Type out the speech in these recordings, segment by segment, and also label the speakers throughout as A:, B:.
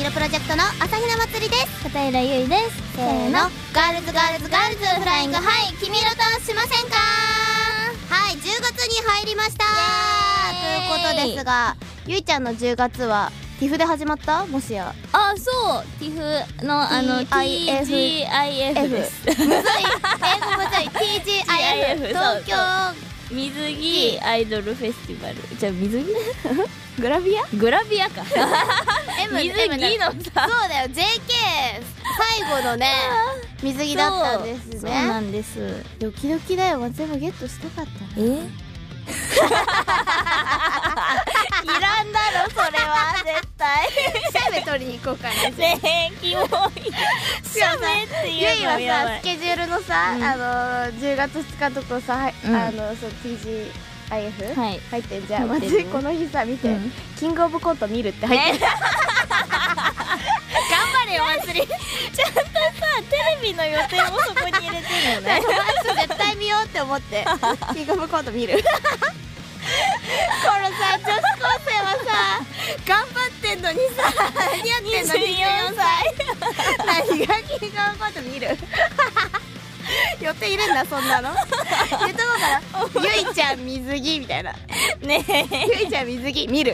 A: ルプロジェクトの朝比奈まつりです。
B: 片平ゆいです。
A: せーの、ガールズガールズガールズフライング、はい、君色としませんか。はい、10月に入りましたということですが、ゆいちゃんの10月はティフで始まった？もしや。
B: あ、そう、ティフのTGIF です。
A: むずい、英語むずい。TGIF 東京
B: 水着アイドルフェスティバル。じゃあ水着グラビアか水着のさ、
A: そうだよ、 JK 最後のね水着だったんですね。
B: そうなんです。
A: ドキドキだよ。全部ゲットしたかったな。
B: いらんだろそれは絶対。
A: シャメ取りに行こうかな。
B: ねえ、キモい。シャメっていうの
A: ゆいはさ、スケジュールのさ、10月2日とかさ、そう TGIF 入ってんじゃん。まずこの日さ見て、キングオブコント見るって入ってる。頑張れよ祭り。
B: ちゃんとさ、テレビの予定もそこに入れてるのね。
A: 絶対見ようって思ってキングオブコント見る。このさ、女子高生はさ頑張ってんのにさ、何やってんの24歳。何がキングオブコント見る。予定入れんだそんなの。言うとこからゆいちゃん水着みたいな
B: ねえ、
A: ゆいちゃん水着見る。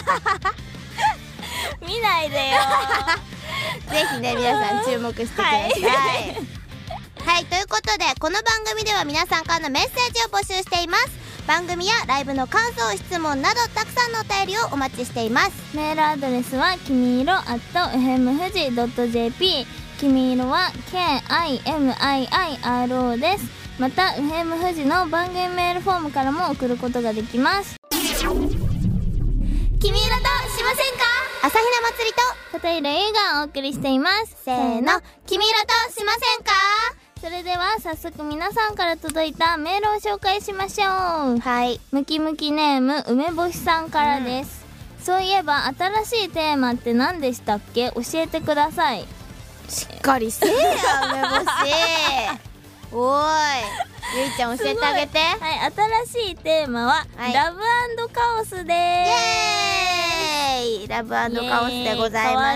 B: 見ないでよ。
A: ぜひね、皆さん注目してください。はい、ということでこの番組では皆さんからのメッセージを募集しています。番組やライブの感想、質問などたくさんのお便りをお待ちしています。
B: メールアドレスはきみいろ@fmfuji.jp、 きみいろは KIMIIRO です。また FM 富士の番組メールフォームからも送ることができます。
A: 君色としませんか。朝比奈まつりと
B: 片平ゆいがお送りしています。
A: せーの、君色としませんか。
B: それでは早速皆さんから届いたメールを紹介しましょう。
A: はい、
B: ムキムキネーム梅干しさんからです。そういえば新しいテーマって何でしたっけ、教えてください。
A: しっかりせえや梅干し。おーい、ゆいちゃん教えてあげて。
B: はい、新しいテーマは、ラブ&カオスでーす。
A: イエーイ、ラブ&カオスでございます。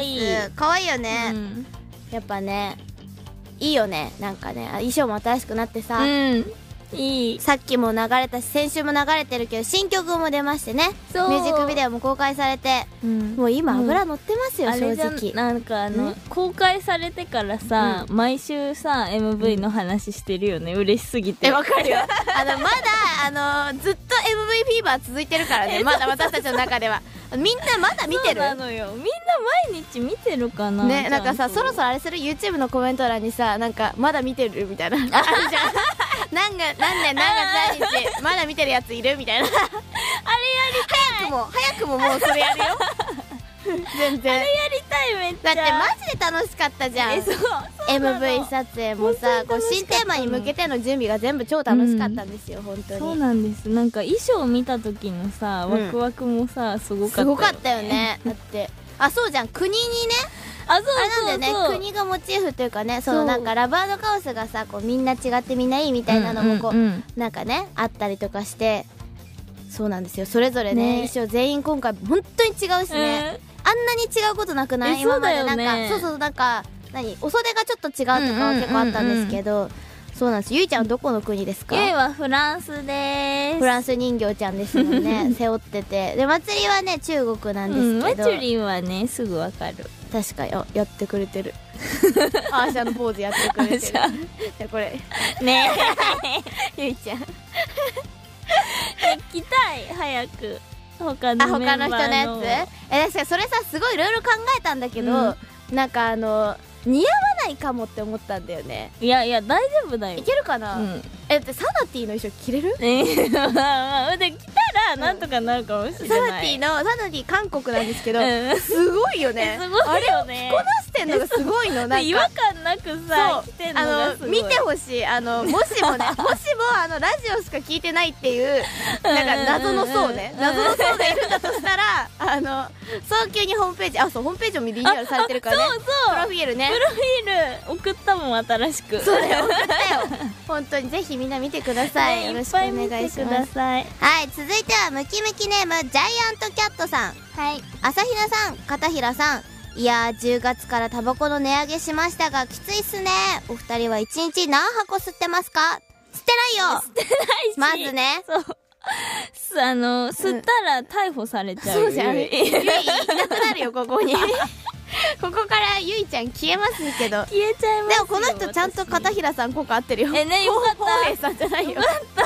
A: かわいいよね、やっぱね、いいよね。なんかね、衣装も新しくなってさ、いい。さっきも流れたし、先週も流れてるけど新曲も出ましてね、ミュージックビデオも公開されて、もう今油乗ってますよ、正直。
B: なんか公開されてからさ、毎週さ MV の話してるよね、嬉しすぎて。
A: わかるよ。まだずっと MV フィーバー続いてるからね。まだ私たちの中ではみんなまだ見てる。
B: そうなのよ、みんな毎日見てるかな
A: ね。なんかさ、そろそろあれする、 YouTube のコメント欄にさ、なんかまだ見てるみたいなあるじゃん。何年何月何日まだ見てるやついるみたいな。あれやりたい。早くももうそれやるよ。全然あれやりたい。めっちゃだってマジで楽しかったじゃん。MV 撮影もさ、こう新テーマに向けての準備が全部超楽しかったんですよ、本当に。そう
B: なんです。なんか衣装見た時のさ、ワクワクもさ、すごかったよね。
A: すごかったよね。だってそうじゃん、国にね、あれなんだよね、国がモチーフというかね、そのなんかラブ&カオスがさ、こうみんな違ってみんないいみたいなのもこうなんかねあったりとかして、そうなんですよ。それぞれね、衣装全員今回本当に違うしね、あんなに違うことなくない？今までなんかそうなんかお袖がちょっと違うとかは結構あったんですけど、そうなんです。ゆいちゃんどこの国ですか？
B: ゆいはフランスです。
A: フランス人形ちゃんですもんね。背負ってて、でまつりはね中国なんですけど、
B: まつりはねすぐわかる。
A: 確かやってくれてる。アーシャのポーズやってくれてる。じゃあこれねえゆいちゃん行
B: きたい、早く他の人のやつ。
A: 確かにそれさ、すごいいろいろ考えたんだけど、なんか似合わないかもって思ったんだよね。
B: いや大丈夫だよ。
A: いけるかな。だってサナティの衣装着れる？
B: で着たらなんとかなるかもしれない。
A: サナティ韓国なんですけど、すごいよね。
B: すごいよね。
A: 着こなしてんのがすごいの。なんか
B: 違和感なくさ着てんのがすごい。
A: 見てほしい。もしもラジオしか聞いてないっていうなんか謎の層ね、謎の層がいるんだとしたら早急にホームページ、ホームページもリニューアルされてるからね。
B: そう
A: プロフィールね。
B: プロフィール送ったもん、新しく。
A: そうだよ、送ったよ。本当にぜひみんな見てください。よろしくお願いします。はい、続いてはムキムキネームジャイアントキャットさん。はい、朝比奈さん、片平さん、 いやー、10月からタバコの値上げしましたが、きついっすね。お二人は1日何箱吸ってますか？吸ってないよ。
B: 吸ってないし。
A: まずね。
B: そう。吸ったら逮捕されちゃう。
A: そうじゃん。ゆいいなくなるよ、ここに。ここからゆいちゃん消えますけど。
B: 消えちゃいますよ。
A: でもこの人ちゃんと片平さん効果合ってるよ。
B: ね、よかった。
A: ほうへいさんじゃないよ。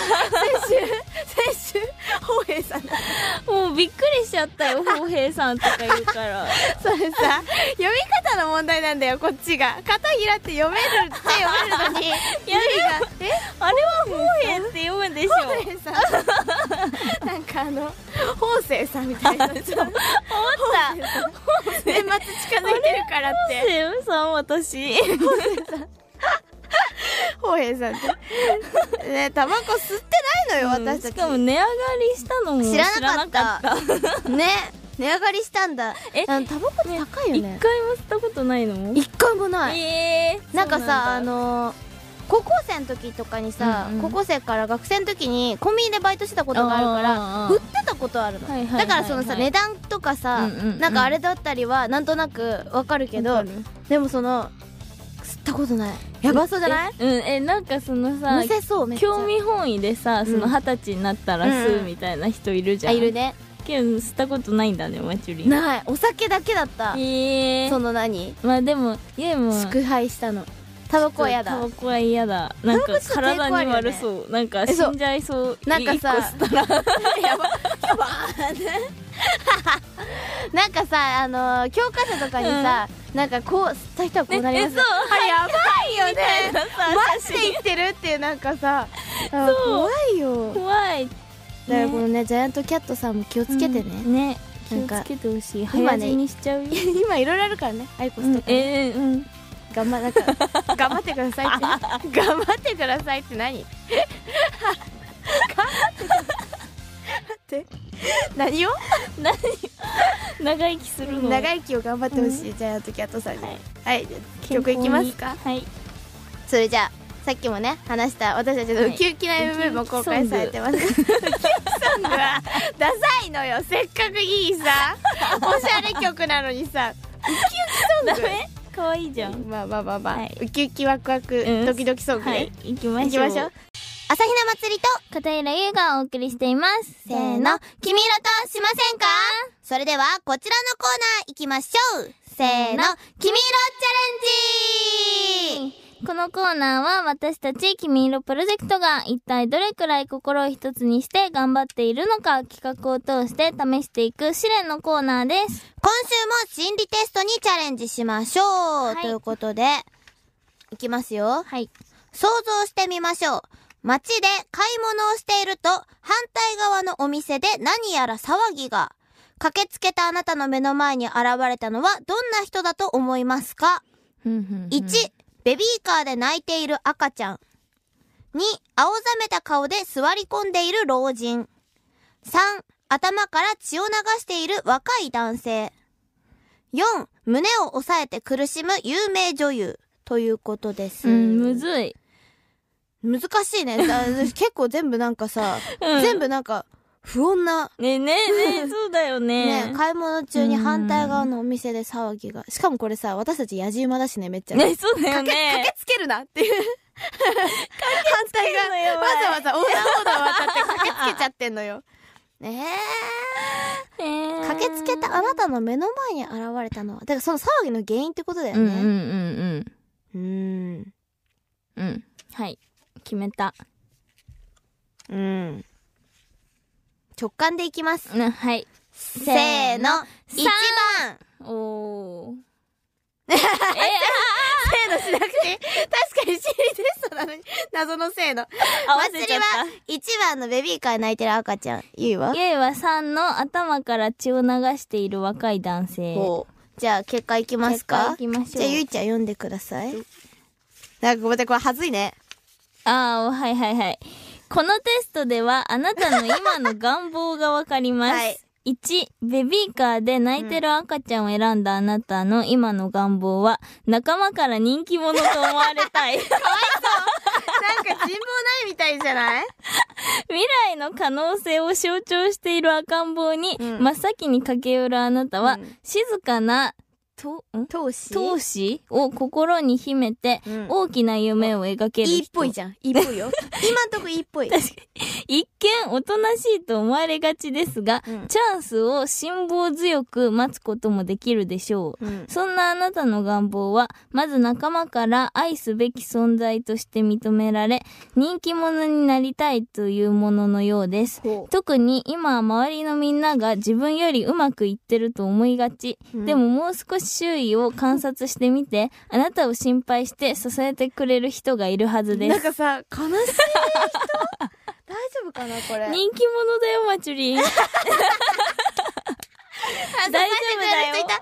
A: 先週、ほうへいさんだ。
B: もうびっくりしちゃったよ、ほうへいさんとか言うから。
A: それさ、読み方の問題なんだよ、こっちが。片平って読めるって読めるのに。ゆいが、
B: あれはほうへいって読むでしょ。
A: ほうへいさん。なんかほうせいさんみたいな。思った。年末近づいてるからって。
B: ほうせいさん、私。
A: ほうへいさんってね、タバコ吸ってないのよ、私たち。
B: しかも値上がりしたのも知らなかった
A: ね、値上がりしたんだ。タバコって高いよね。
B: 一回も吸ったことないの？
A: 一回もない。なんかさ、高校生の時とかにさ、高校生から学生の時にコンビニでバイトしてたことがあるから売ってたことあるの。だからそのさ、値段とかさ、なんかあれだったりはなんとなくわかるけど、でも吸ったことない。やばそうじゃない？
B: なんかそのさ、興味本位でさ、その20歳になったら吸うみたいな人いるじゃん。
A: いるね。
B: けど吸ったことないんだね、マチュリン。
A: ない。お酒だけだった。その何？
B: まあでも、
A: 祝杯したの。タバコは嫌だ。
B: タバコは嫌だ。なんか体に悪そう。なんか死んじゃいそう。
A: なんかさ、やばなんかさ、教科書とかにさ、なんかこう吸った人はこうなります。あれやばいよね。マジで言ってるっていうなんかさ、怖いよ。
B: 怖い。
A: だからこのね、ジャイアントキャットさんも気をつけてね。
B: ね、気をつけてほしい。早死にしちゃうよ。
A: 今いろいろあるからね、アイコスとか。頑張ってくださいって。頑張ってくださいって何？頑張ってくださいって何を？
B: 長生きするの？
A: 長生きを頑張ってほしい、ジャイアントキャットさんに。はい、曲いきますか？
B: はい。
A: それじゃあさっきもね話した私たちのウキウキな MV も公開されてます。ウキウキソングはダサいのよ。せっかくいいさおしゃれ曲なのにさ、ウキウキソングダメ？
B: かわいいじゃん。
A: まあ、ウキウキワクワクドキドキソングね。
B: 行きましょう。
A: 朝比奈祭りと
B: 片平優がお送りしています。
A: せーの、君色としませんか？それではこちらのコーナー行きましょう。せーの、君色チャレンジ。
B: このコーナーは私たち君色プロジェクトが一体どれくらい心を一つにして頑張っているのか企画を通して試していく試練のコーナーです。
A: 今週も心理テストにチャレンジしましょう、ということでいきますよ。
B: はい。
A: 想像してみましょう。街で買い物をしていると反対側のお店で何やら騒ぎが。駆けつけたあなたの目の前に現れたのはどんな人だと思いますか？ 1、ベビーカーで泣いている赤ちゃん。2、青ざめた顔で座り込んでいる老人。3、頭から血を流している若い男性。4、胸を押さえて苦しむ有名女優。ということです。
B: むずい。
A: 難しいね。結構全部なんかさ、全部なんか不穏な。
B: ねそうだよね。
A: 買い物中に反対側のお店で騒ぎが。しかもこれさ、私たちやじ馬だしね、めっちゃ。
B: ね、そうだよね。
A: 駆けつけるなっていう。反対側、わざわざ横断歩道を渡って駆けつけちゃってんのよ。駆けつけたあなたの目の前に現れたのは、だからその騒ぎの原因ってことだよね。
B: はい。決めた。
A: 直感でいきます。
B: はい。
A: せーの、1番。
B: おー。
A: せーのしなくて、確かに心理テストなのに、謎のせーの。祭りは1番のベビーカー泣いてる赤ちゃん。ゆいは
B: 3の頭から血を流している若い男性。
A: じゃあ結果いきますか？
B: いきましょう。
A: じゃあゆいちゃん読んでください。なんかごめんなさい、これはずいね。
B: はい。このテストではあなたの今の願望がわかります。はい、1、ベビーカーで泣いてる赤ちゃんを選んだあなたの今の願望は、仲間から人気者と思われたい。かわいそう。
A: なんか人望ないみたいじゃない？
B: 未来の可能性を象徴している赤ん坊に、真っ先に駆け寄るあなたは、静かな
A: 闘志
B: 闘志を心に秘めて、大きな夢を描ける人。
A: いいっぽいじゃん。いいっぽいよ。今んとこいいっぽい。
B: 確かに。一見、おとなしいと思われがちですが、チャンスを辛抱強く待つこともできるでしょう。そんなあなたの願望は、まず仲間から愛すべき存在として認められ、人気者になりたいというもののようです。特に今は周りのみんなが自分よりうまくいってると思いがち。でももう少し周囲を観察してみて、あなたを心配して支えてくれる人がいるはずです。
A: なんかさ、悲しい人大丈夫かなこれ。
B: 人気者だよ、まちゅりん。大丈夫だよ。
A: 支えてくれる人いた。よか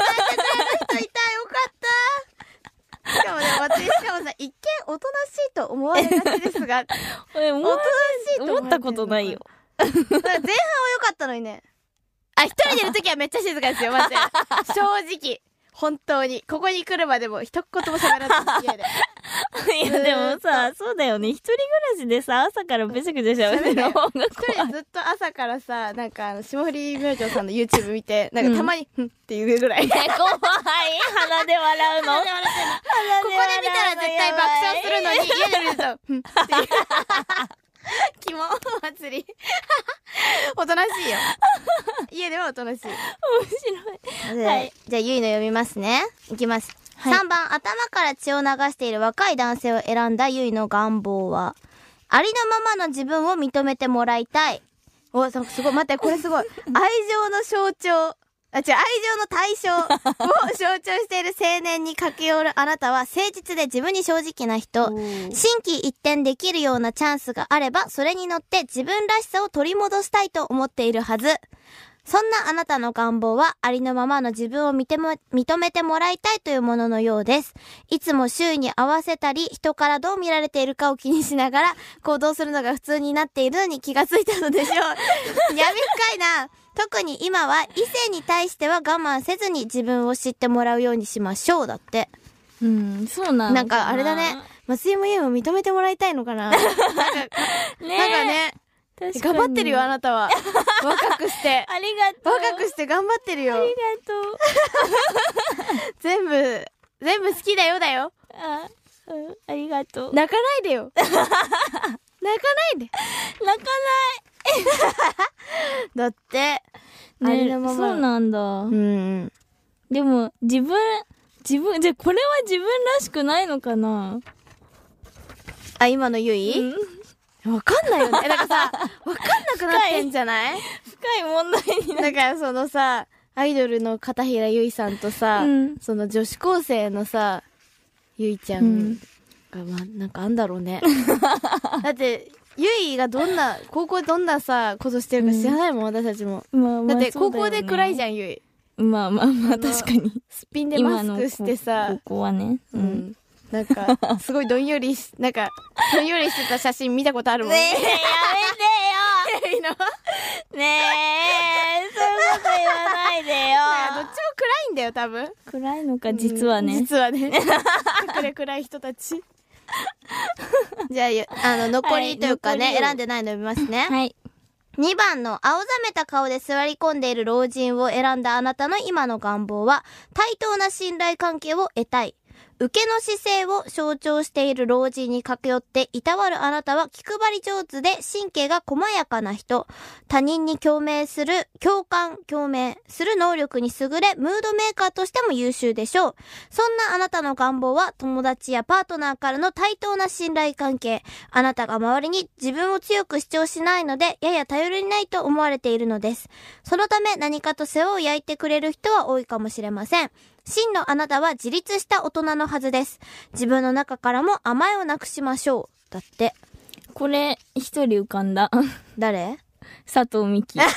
A: った。しかもね、私、しかもさ、一見おとなしいと思われがちですが、おとなしいと
B: 思ったことないよ。
A: 前半は良かったのにね。一人でいるときはめっちゃ静かですよ、マジで。正直。本当に。ここに来るまでも一言も喋らず家で。
B: いや、でもさ、そうだよね。一人暮らしでさ、朝からべちゃくちゃ喋るの方が怖い。
A: 一人でずっと朝からさ、なんか霜降り明星さんの YouTube 見て、なんかたまに、っていうぐらい。
B: 怖い。鼻で笑うの。
A: ここで見たら絶対爆笑するのに、家で見ると、っていう。キモ祭り。おとなしいよ。家ではおとなしい。
B: 面白い。はい。
A: じゃあ、ゆいの読みますね。いきます。はい、3番、頭から血を流している若い男性を選んだゆいの願望は、ありのままの自分を認めてもらいたい。お、すごい、待って、これすごい。愛情の象徴。愛情の対象を象徴している青年に駆け寄るあなたは誠実で自分に正直な人。心機一転できるようなチャンスがあれば、それに乗って自分らしさを取り戻したいと思っているはず。そんなあなたの願望は、ありのままの自分を認めてもらいたいというもののようです。いつも周囲に合わせたり、人からどう見られているかを気にしながら行動するのが普通になっているのに気がついたのでしょう。闇深いな。特に今は異性に対しては我慢せずに自分を知ってもらうようにしましょう。だって。
B: そうなの。
A: なんかあれだね。松井も優も認めてもらいたいのかな。なんかね。頑張ってるよ、あなたは。若くして。
B: ありがとう。
A: 若くして頑張ってるよ。
B: ありがとう。
A: 全部好きだよだよ。
B: ありがとう。
A: 泣かないでよ。泣かないで。
B: 泣かない。
A: だって、
B: ありのまま。そうなんだ。でも、じゃあこれは自分らしくないのかな？
A: 今のゆい？わかんないよね。なんかさ、わかんなくなってんじゃない？
B: 深い問題になる。
A: だからそのさ、アイドルの片平ゆいさんとさ、その女子高生のさ、ゆいちゃんが、なんかあんだろうね。だって、ゆいが高校どんなさ、ことしてるか知らないもん、私たちも。だって高校で暗いじゃん、ゆい。
B: まあ、確かに。
A: すっぴんでマスクしてさ。
B: 高校はね。
A: なんか、すごいどんよりしてた写真見たことあるもんね。
B: ねえ、やめてよ。いいの？ねえ、そういうこと言わないでよ。
A: どっちも暗いんだよ、多分。
B: 暗いのか、実はね。
A: 実はね。隠れ暗い人たち。じゃあ、残りというかね、選んでないの読みますね。
B: はい。
A: 2番の青ざめた顔で座り込んでいる老人を選んだあなたの今の願望は、対等な信頼関係を得たい。受けの姿勢を象徴している老人に駆け寄っていたわるあなたは気配り上手で神経が細やかな人。他人に共鳴する能力に優れ、ムードメーカーとしても優秀でしょう。そんなあなたの願望は友達やパートナーからの対等な信頼関係。あなたが周りに自分を強く主張しないので、やや頼りないと思われているのです。そのため何かと世話を焼いてくれる人は多いかもしれません。真のあなたは自立した大人のはずです。自分の中からも甘えをなくしましょう。だって。
B: これ、一人浮かんだ。
A: 誰？
B: 佐藤美希。なる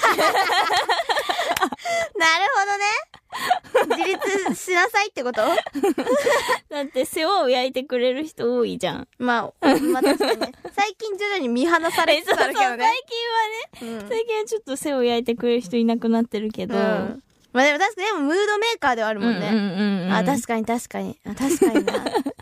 A: ほどね。自立しなさいってこと？だ
B: って世話を焼いてくれる人多いじゃん。
A: まあ確かにね。最近徐々に見放されつつあるけどね。
B: 最近はちょっと世話を焼いてくれる人いなくなってるけど。
A: まあでも確かにムードメーカーではあるもんね。確かに。確かにな。で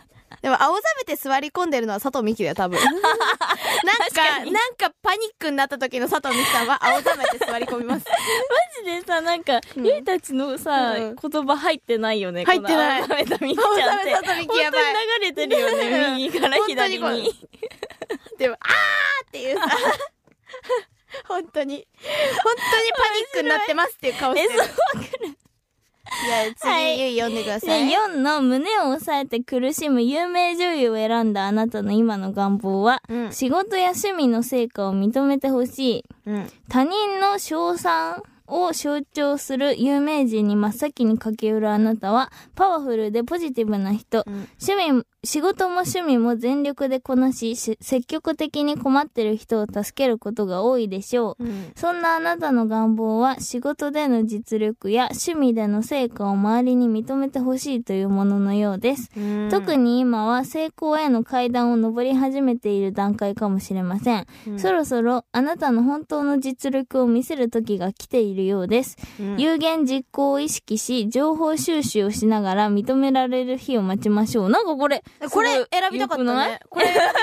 A: でも青ざめて座り込んでるのは佐藤美希だよ多分。なんかパニックになった時の佐藤美希さんは青ざめて座り込みます。
B: マジでさ、なんか、ゆいたちのさ、言葉入ってないよね。
A: 入ってない。
B: 青ざめたみきちゃんって。
A: 青ざめた佐藤美希やばい。
B: 本当に流れてるよね、右から左に。
A: でも、あーっていうさ、本当にパニックになってますっていう顔してる。
B: そうわかる。
A: じゃあ次、ゆい読んでください。
B: 4の胸を押さえて苦しむ有名女優を選んだあなたの今の願望は、仕事や趣味の成果を認めてほしい。他人の称賛を象徴する有名人に真っ先に駆け寄るあなたはパワフルでポジティブな人、仕事も趣味も全力でこなし、積極的に困ってる人を助けることが多いでしょう、そんなあなたの願望は仕事での実力や趣味での成果を周りに認めてほしいというもののようです、特に今は成功への階段を上り始めている段階かもしれません、そろそろあなたの本当の実力を見せる時が来ているようです、有言実行を意識し情報収集をしながら認められる日を待ちましょう。なんかこれ
A: 選びたかったね。これ選びたかった。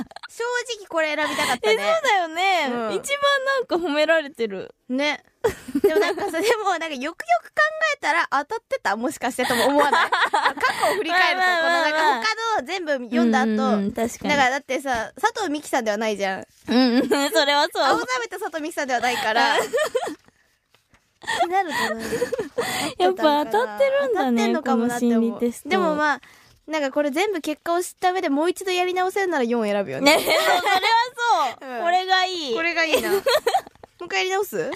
A: 正直これ選びたかったね。
B: そうだよね、一番なんか褒められてる。
A: ね。でもなんかさ、でもなんかよくよく考えたら当たってたもしかしてとも思わない？過去を振り返ると、このなんか他の全部読んだ後、確かに。だからだってさ、佐藤美希さんではないじゃん。
B: それはそう。
A: 青ざめた佐藤美希さんではないから。気になるとね。
B: やっぱ当たってるんだね。当たってんのかもなって思う。
A: でもまあ、なんかこれ全部結果を知った上でもう一度やり直せるなら4選ぶよね。
B: それはそう。これがいい。
A: これがいいな。もう一回やり直す？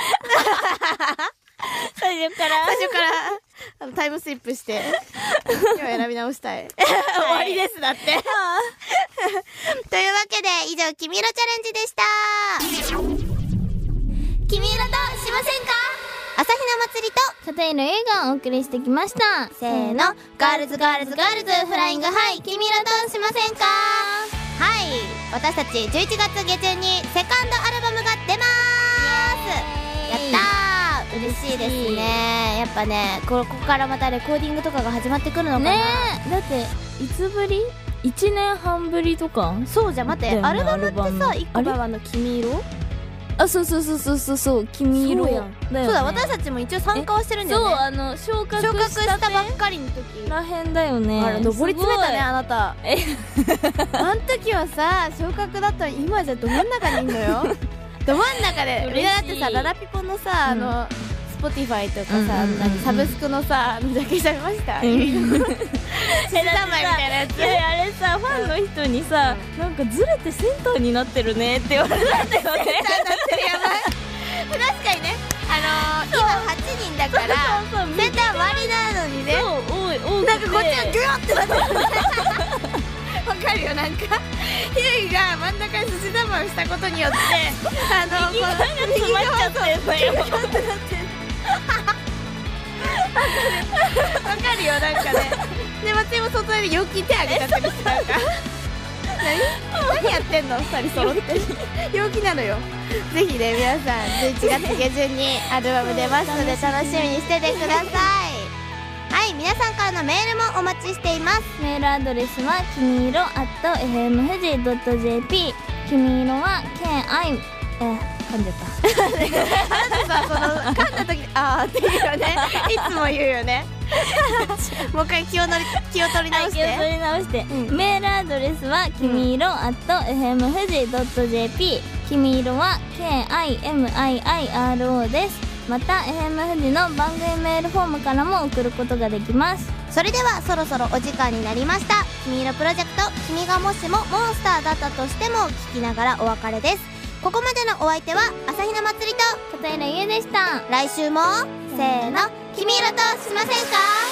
B: 最初から
A: タイムスリップして今選び直したい。終わりですだって。というわけで以上君色チャレンジでした。君色としませんか？朝日奈祭りと
B: 片井の映画をお送りしてきました。
A: せーの、ガールズフライングハイ、君色としませんか？はい、私たち11月下旬にセカンドアルバムが出まーす。やったー、嬉しいですね。やっぱね、ここからまたレコーディングとかが始まってくるのかな。
B: ねえ、だっていつぶり？1年半ぶりとか？
A: そうじゃ、待って、アルバムってさ、1個前は君色？
B: あ、そう、君色
A: だよね。そうだ、私たちも一応参加はしてるんだよね。
B: そう、昇格した
A: ばっかりの時
B: らへんだよね。
A: あら、上り詰めたね、あなた。あん時はさ、昇格だったら今じゃど真ん中にいんのよ。ど真ん中で。みんなだってさ、ララピポのさ、Spotify とかさ、サブスクのさ、ジャケ写見ました？七枚みたいなやつ。
B: いや、あれさ、ファンの人にさ、なんかずれてセンターになってるねって言われたんだよね。
A: センターになってる、やばい。確かにね、今8人だからセンター割りなのにね、
B: そう、
A: なんかこっちがギューってなってる。わかるよ、なんかヒュイが真ん中に寿司玉をしたことによって
B: 右側が詰まっちゃってるのよ。
A: わかるよ、なんかね。で、松井も外で陽気手あげちゃってるし、なんか何やってんの2人揃って陽気なのよ。ぜひね、皆さん11月下旬にアルバム出ますので楽しみにしててください。はい、皆さんからのメールもお待ちしています。
B: メールアドレスは君色@fmfuji.jp、 君色は KI 噛んじゃった
A: あなたさ、その噛んだ時あーって言うよね。いつも言うよね。もう一回気を取り直して、
B: 気を取り直して、メールアドレスは君色@fmfuji.jp、 君色は KIMIIRO です。また FM 富士の番組メールフォームからも送ることができます。
A: それではそろそろお時間になりました。君色プロジェクト、君がもしもモンスターだったとしても聞きながらお別れです。ここまでのお相手は朝比奈まつりと
B: 片平優でした。
A: 来週もせーの、君色としませんか？